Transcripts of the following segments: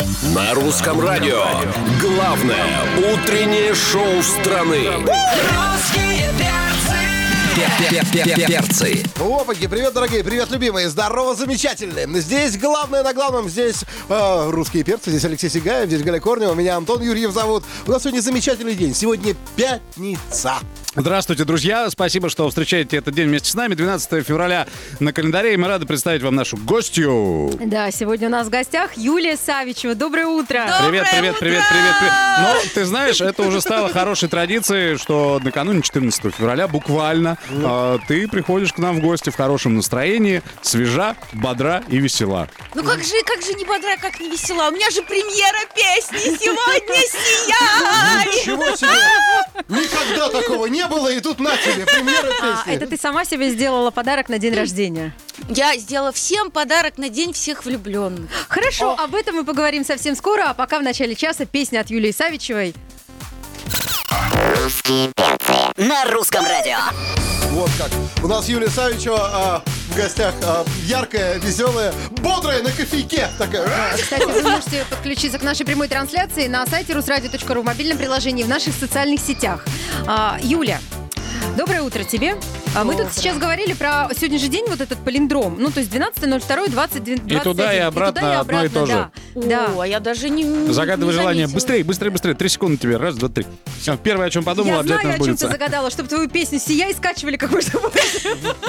На русском радио. Главное утреннее шоу страны. Русские Перцы. Опаньки, привет, дорогие, привет, любимые, здорово, замечательные. Здесь главное на главном, здесь русские перцы, здесь Алексей Сигаев, здесь Галя Корнева, меня Антон Юрьев зовут. У нас сегодня замечательный день, сегодня пятница. Здравствуйте, друзья. Спасибо, что встречаете этот день вместе с нами. 12 февраля на календаре. И мы рады представить вам нашу гостью. Да, сегодня у нас в гостях Юлия Савичева. Доброе утро. Привет. Но ты знаешь, это уже стало хорошей традицией, что накануне 14 февраля буквально ты приходишь к нам в гости в хорошем настроении, свежа, бодра и весела. Ну как же не бодра, как не весела? У меня же премьера песни «Сегодня сияй». Ничего себе! Никогда такого не было, и тут на тебе, премьера песни. Это ты сама себе сделала подарок на день рождения. Я сделала всем подарок на День всех влюбленных. Хорошо, об этом мы поговорим совсем скоро, а пока в начале часа песня от Юлии Савичевой. Русские перцы на русском радио. Вот как. У нас Юлия Савичева в гостях, яркая, веселая, бодрая, на кофейке такая. Кстати, вы можете подключиться к нашей прямой трансляции на сайте rusradio.ru, в мобильном приложении, в наших социальных сетях. Юля, доброе утро тебе. Мы тут сейчас говорили про сегодня же день, вот этот палиндром. Ну, то есть 12.02, 2021. И туда, и обратно одно и то же. Да. О, а я даже не Загадывай не желание. заметила. Быстрее. 3 секунды тебе. Раз, два, три. Все, первое, о чем подумала, Я обязательно знаю, о чем ты сбудется. загадала, чтобы твою песню «Сияй» скачивали как можно больше.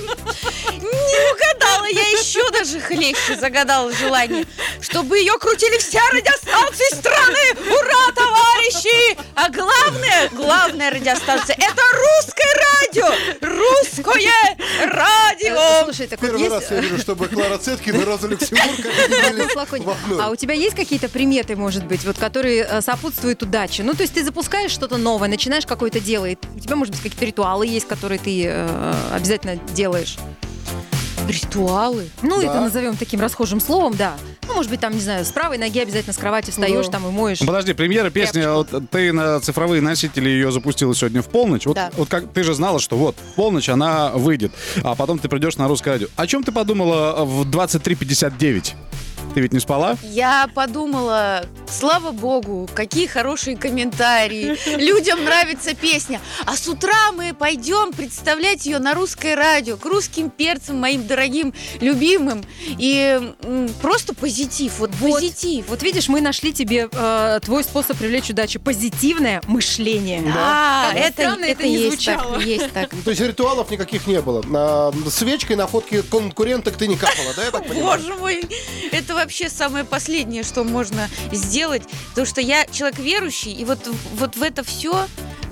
Не угадала, я еще даже хлеще загадала желание, чтобы ее крутили все радиостанции страны. Ура, товарищи! А главная радиостанция — это русское радио! Русское радио! Слушай, так вот Первый раз есть... я вижу, чтобы Клара Цеткин и Роза Люксембург объединились в одно. А у тебя есть какие-то приметы, может быть, вот, которые сопутствуют удаче? Ну, то есть ты запускаешь что-то новое, начинаешь какое-то дело, и у тебя, может быть, какие-то ритуалы есть, которые ты обязательно делаешь? Ритуалы? Ну, Да. это назовем таким расхожим словом, да. Ну, может быть, там, не знаю, с правой ноги обязательно с кровати встаешь, Да. там и моешь. Подожди, премьера песни, вот ты на цифровые носители ее запустила сегодня в полночь. Вот, Да. вот как ты же знала, что вот в полночь она выйдет, а потом ты придешь на русское радио. О чем ты подумала в 23:59? Ты ведь не спала? Я подумала, слава богу, какие хорошие комментарии. Людям нравится песня. А с утра мы пойдем представлять ее на русское радио, к русским перцам, моим дорогим, любимым. И просто позитив, вот позитив. Вот видишь, мы нашли тебе твой способ привлечь удачу. Позитивное мышление. А, Как бы это странно это не есть звучало. так, есть так. То есть ритуалов никаких не было. Свечкой на фотке конкуренток ты не капала, да, я так понимаю? Боже мой, это вообще самое последнее, что можно сделать, потому что я человек верующий, и вот в это все,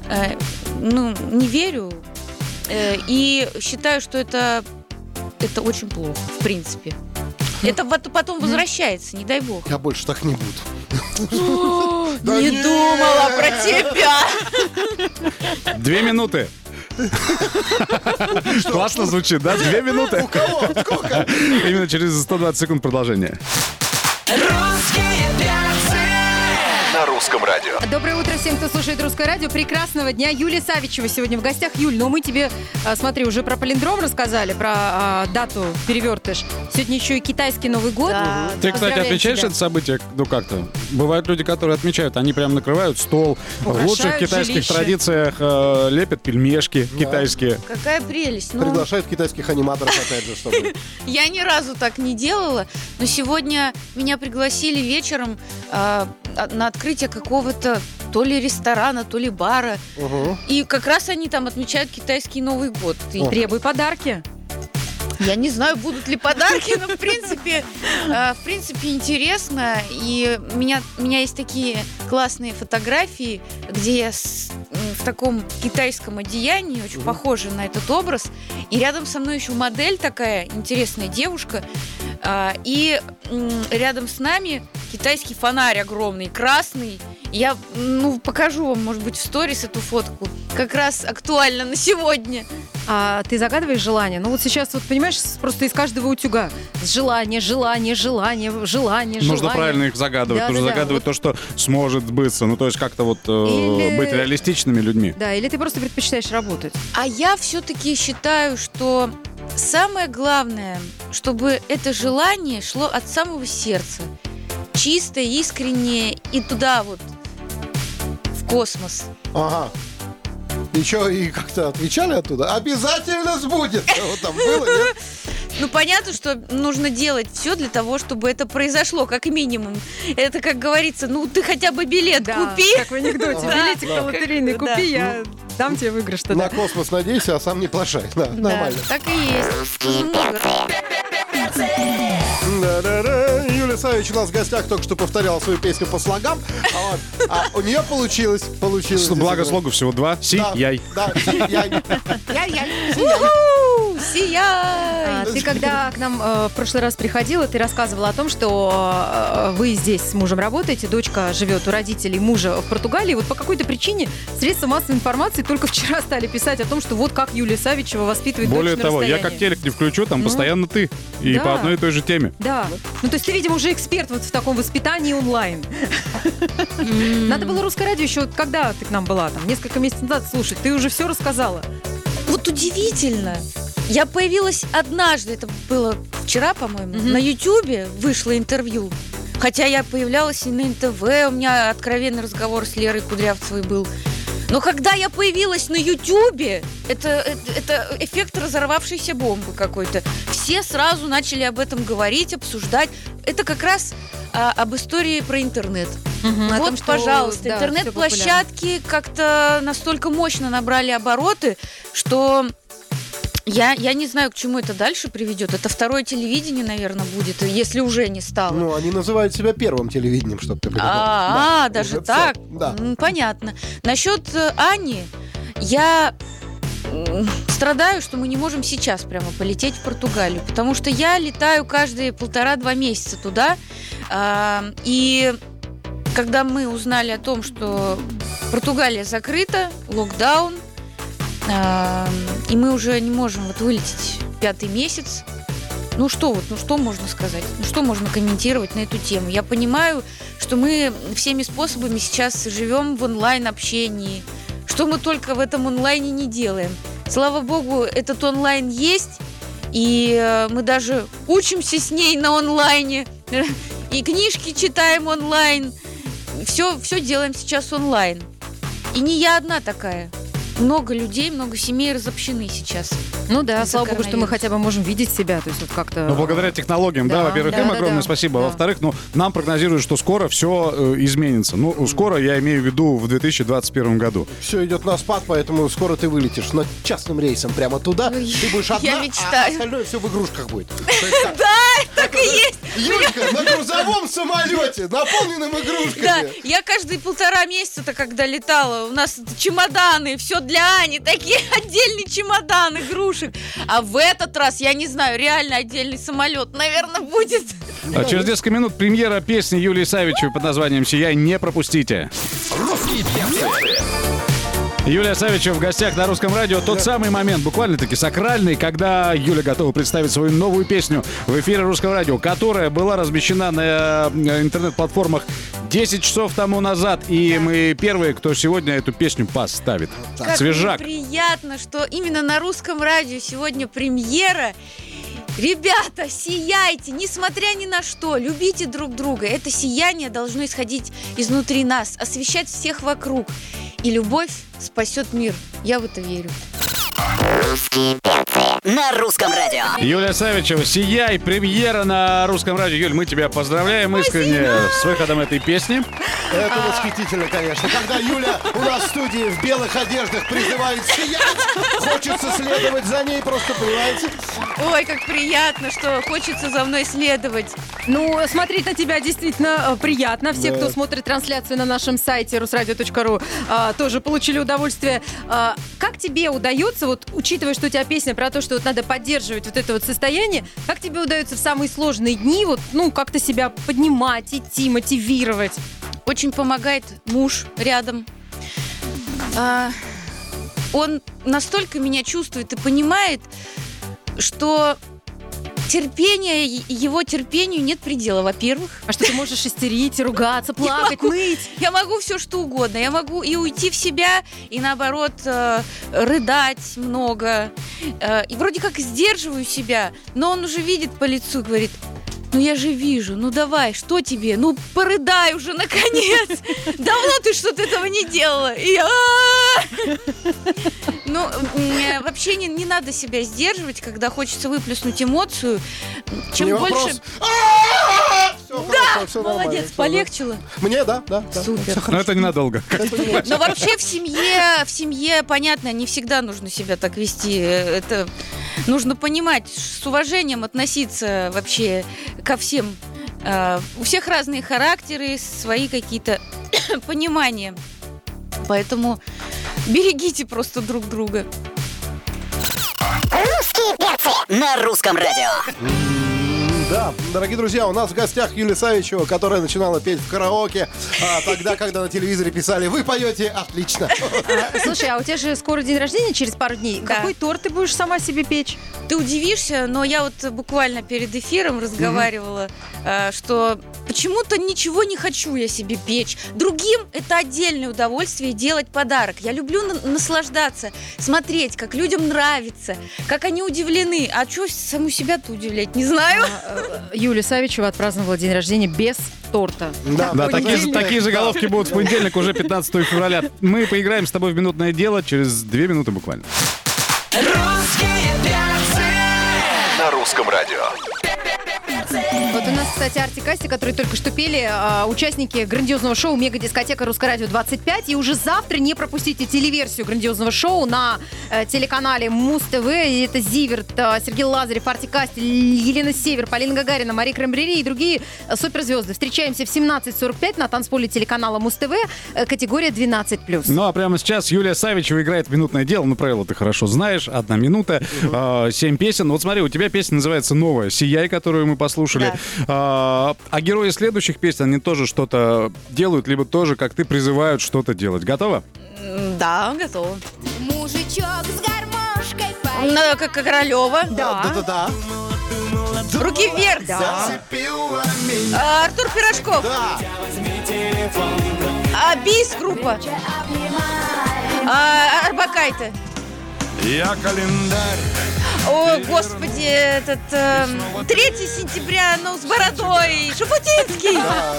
не верю, и считаю, что это очень плохо, в принципе. Это потом возвращается, не дай бог. Я больше так не буду. Да Не нет! думала про тебя. 2 минуты. Классно звучит, да? 2 минуты. У кого? Сколько? Именно через 120 секунд продолжение. Русские перцы. На русском радио. Доброе утро всем, кто слушает Русское радио. Прекрасного дня. Юлия Савичева сегодня в гостях. Юль, ну мы тебе, смотри, уже про палиндром рассказали, про дату перевертыш. Сегодня еще и китайский Новый год. Да. Ты, кстати, Поздравляем отмечаешь тебя. это событие? Ну как-то. Бывают люди, которые отмечают, они прям накрывают стол. В Украшают лучших китайских жилище. традициях лепят пельмешки китайские. Какая прелесть. Ну, Приглашают китайских аниматоров, опять же, чтобы... я ни разу так не делала, но сегодня меня пригласили вечером на открытие какого-то то ли ресторана, то ли бара. Угу. И как раз они там отмечают китайский Новый год. И Требуй подарки. я не знаю, будут ли подарки, но в принципе интересно. И у меня есть такие классные фотографии, где я в таком китайском одеянии, очень похожа на этот образ. И рядом со мной еще модель такая, интересная девушка. И рядом с нами китайский фонарь огромный, красный. Я покажу вам, может быть, в сторис эту фотку. Как раз актуально на сегодня. А ты загадываешь желание? Ну вот сейчас, вот понимаешь, просто из каждого утюга. Желание. Нужно правильно их загадывать. Да, Нужно да, да. загадывать то, что сможет сбыться. Ну, то есть как-то вот Или- быть реалистичными людьми. Да, или ты просто предпочитаешь работать? А я все-таки считаю, что самое главное, чтобы это желание шло от самого сердца. чистое, искреннее и туда вот, в космос. Ага. Еще и как-то отвечали оттуда? Обязательно сбудется. Вот там было, нет? Ну, понятно, что нужно делать все для того, чтобы это произошло, как минимум. Это, как говорится, ну, ты хотя бы билет Да, купи. как в анекдоте. Да. Билетик на лотерейный Да. купи, я дам тебе выигрыш На тогда. космос надейся, а сам не плашай. Да, Да, нормально. так и есть. Тут много. Да-да-да. Юлия Савич у нас в гостях только что повторяла свою песню по слогам. А у нее получилось. Благо слогов всего 2. Сияй. Да, сияй. У-ху! Сияй! Ты когда к нам в прошлый раз приходила, ты рассказывала о том, что вы здесь с мужем работаете, дочка живет у родителей мужа в Португалии. Вот по какой-то причине средства массовой информации только вчера стали писать о том, что вот как Юлия Савичева воспитывает Более дочь на того, я расстоянии. как телек не включу, там постоянно ты. И Да. по одной и той же теме. Да. Ну, то есть ты, видимо, уже эксперт вот в таком воспитании онлайн. Надо было русское радио еще, когда ты к нам была, там, несколько месяцев назад слушать. Ты уже все рассказала. Вот удивительно. Я появилась однажды, это было вчера, по-моему, на Ютубе вышло интервью. Хотя я появлялась и на НТВ, у меня откровенный разговор с Лерой Кудрявцевой был. Но когда я появилась на Ютубе, это эффект разорвавшейся бомбы какой-то. Все сразу начали об этом говорить, обсуждать. Это как раз об истории про интернет. О Вот, том, что, пожалуйста, да, интернет-площадки как-то настолько мощно набрали обороты, что я не знаю, к чему это дальше приведет. Это второе телевидение, наверное, будет, если уже не стало. Ну, они называют себя первым телевидением, чтобы ты понимал. Да, даже уже так? всё. Да. Понятно. Насчет Ани, я страдаю, что мы не можем сейчас прямо полететь в Португалию, потому что я летаю каждые 1,5-2 месяца туда, и когда мы узнали о том, что Португалия закрыта, локдаун, и мы уже не можем вот вылететь 5-й месяц, ну что можно сказать? Ну что можно комментировать на эту тему? Я понимаю, что мы всеми способами сейчас живем в онлайн-общении, что мы только в этом онлайне не делаем. Слава богу, этот онлайн есть, и мы даже учимся с ней на онлайне, и книжки читаем онлайн, все делаем сейчас онлайн. И не я одна такая. Много людей, много семей разобщены сейчас. Ну да, Из-за слава богу, что мы коронавируса. хотя бы можем видеть себя, то есть вот как-то... Ну, благодаря технологиям, да, Да, во-первых, да, им да, огромное да. спасибо. Да. Во-вторых, нам прогнозируют, что скоро все изменится. Ну, скоро, я имею в виду, в 2021 году. Все идет на спад, поэтому скоро ты вылетишь над частным рейсом прямо туда. Ой, Ты будешь я одна, а мечтаю. остальное все в игрушках будет. Так и есть. Юлька, на грузовом самолете, наполненном Да, игрушками. я каждые 1,5 месяца-то, когда летала, у нас чемоданы, все для Ани, такие отдельный чемодан игрушек. А в этот раз, я не знаю, реально отдельный самолет, наверное, будет. А через несколько минут премьера песни Юлии Савичевой под названием «Сияй». Не пропустите. Русские перцы. Юлия Савичева в гостях на Русском радио. Тот самый момент, буквально-таки сакральный, когда Юля готова представить свою новую песню в эфире Русского радио, которая была размещена на интернет-платформах 10 часов тому назад. И мы первые, кто сегодня эту песню поставит. Как Свежак. мне приятно, что именно на Русском радио сегодня премьера. Ребята, сияйте, несмотря ни на что, любите друг друга. Это сияние должно исходить изнутри нас, освещать всех вокруг. И любовь спасет мир. Я в это верю. На русском радио. Юлия Савичева, «Сияй», премьера на Русском радио. Юль, мы тебя поздравляем искренне с выходом этой песни. Это восхитительно, конечно. Когда Юля у нас в студии в белых одеждах призывает сиять, хочется следовать за ней, просто понимаете? Ой, как приятно, что хочется за мной следовать. Ну, смотреть на тебя действительно приятно. Все, Да. кто смотрит трансляцию на нашем сайте rusradio.ru, тоже получили удовольствие. Как тебе удается, вот учитывая, что у тебя песня про то, что вот надо поддерживать вот это вот состояние, как тебе удается в самые сложные дни вот, ну, как-то себя поднимать, идти, мотивировать? Очень помогает муж рядом. Он настолько меня чувствует и понимает, что его терпению нет предела, во-первых. А что ты можешь истерить, ругаться, плакать, ныть? Я могу все что угодно. Я могу и уйти в себя, и наоборот рыдать много. И вроде как сдерживаю себя, но он уже видит по лицу и говорит: ну я же вижу, ну давай, что тебе? Ну порыдай уже, наконец. Давно ты что-то этого не делала. И я, ну, вообще не надо себя сдерживать, когда хочется выплеснуть эмоцию. Чем Не больше... вопрос. Да, Всё молодец, нормально, всё, полегчило. Мне, да. Супер. Но это ненадолго. Но вообще в семье, понятно, не всегда нужно себя так вести. Это нужно понимать, с уважением относиться вообще ко всем. У всех разные характеры, свои какие-то понимания. Поэтому берегите просто друг друга. Русские перцы на русском радио. Да, дорогие друзья, у нас в гостях Юлия Савичева, которая начинала петь в караоке тогда, когда на телевизоре писали: «Вы поете отлично». Слушай, а у тебя же скоро день рождения, через пару дней. Да. Какой торт ты будешь сама себе печь? Ты удивишься, но я вот буквально перед эфиром разговаривала, что почему-то ничего не хочу я себе печь. Другим это отдельное удовольствие делать подарок. Я люблю наслаждаться, смотреть, как людям нравится, как они удивлены. А что саму себя-то удивлять, не знаю. Юлия Савичева отпраздновала день рождения без торта. Да, такие же головки будут в понедельник, уже 15 февраля. Мы поиграем с тобой в минутное дело через 2 минуты буквально. Русские перцы. На русском радио. Вот у нас, кстати, Артик и Асти, которые только что пели, участники грандиозного шоу «Мега-дискотека Русское радио 25». И уже завтра не пропустите телеверсию грандиозного шоу на телеканале Муз-ТВ. И это Зиверт, Сергей Лазарев, Артик и Асти, Елена Север, Полина Гагарина, Мария Крамбрери и другие суперзвезды. Встречаемся в 17:45 на танцполе телеканала Муз-ТВ, категория 12+. Ну а прямо сейчас Юлия Савичева играет в минутное дело. Ну, правила ты хорошо знаешь. 1 минута, 7 песен. Вот смотри, у тебя песня называется «Новая». «Сияй», которую мы послушали. А герои следующих песен, они тоже что-то делают, либо тоже, как ты, призывают что-то делать. Готова? Да, готова. Мужичок с гармошкой Как Королева. Да. Руки вверх. Да. Артур Пирожков. Да. Бис группа. Арбакайте. Я календарь. О, господи, этот 3 сентября, ну, с бородой. Шапутинский.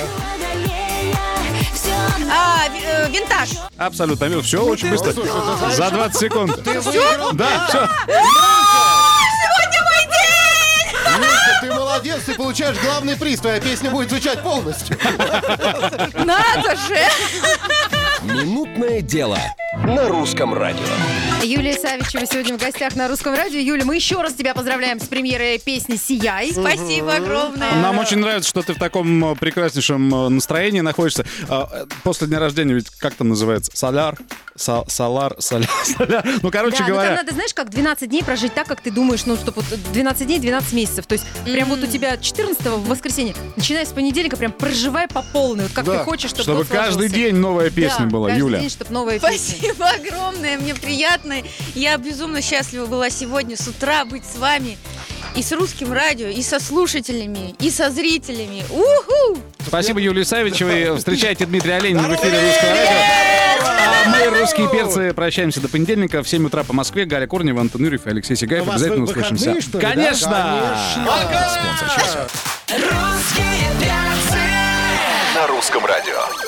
Винтаж. Абсолютно. Мил, все очень быстро. За 20 секунд. Все? Да, все. Сегодня мой день! Юлька, ты молодец, ты получаешь главный приз. Твоя песня будет звучать полностью. Надо же! Минутное дело. На русском радио. Юлия Савичева сегодня в гостях на Русском радио. Юля, мы еще раз тебя поздравляем с премьерой песни «Сияй». Спасибо огромное. Нам очень нравится, что ты в таком прекраснейшем настроении находишься. После дня рождения ведь как там называется? Соляр? Соляр. Ну, короче Да, говоря... но там надо, знаешь, как 12 дней прожить так, как ты думаешь, ну, чтобы вот 12 дней, 12 месяцев. То есть прям вот у тебя 14-го в воскресенье, начиная с понедельника, прям проживай по полной, вот как Да. ты хочешь, чтобы Чтобы год сложился. каждый день новая песня Да, была, каждый Юля. день, чтобы новая песня. Спасибо огромное, мне приятно. Я безумно счастлива была сегодня с утра быть с вами. И с Русским радио, и со слушателями, и со зрителями. Уху! Спасибо Юлии Савичевой. Встречайте Дмитрия Оленина в эфире Русского радио. А мы, русские перцы, прощаемся до понедельника. В 7 утра по Москве. Галя Корнева, Антон Юрьев и Алексей Сигаев. У вас Обязательно выходные, услышимся. что ли, да? Конечно! Спонсор часа. Русские перцы. На русском радио.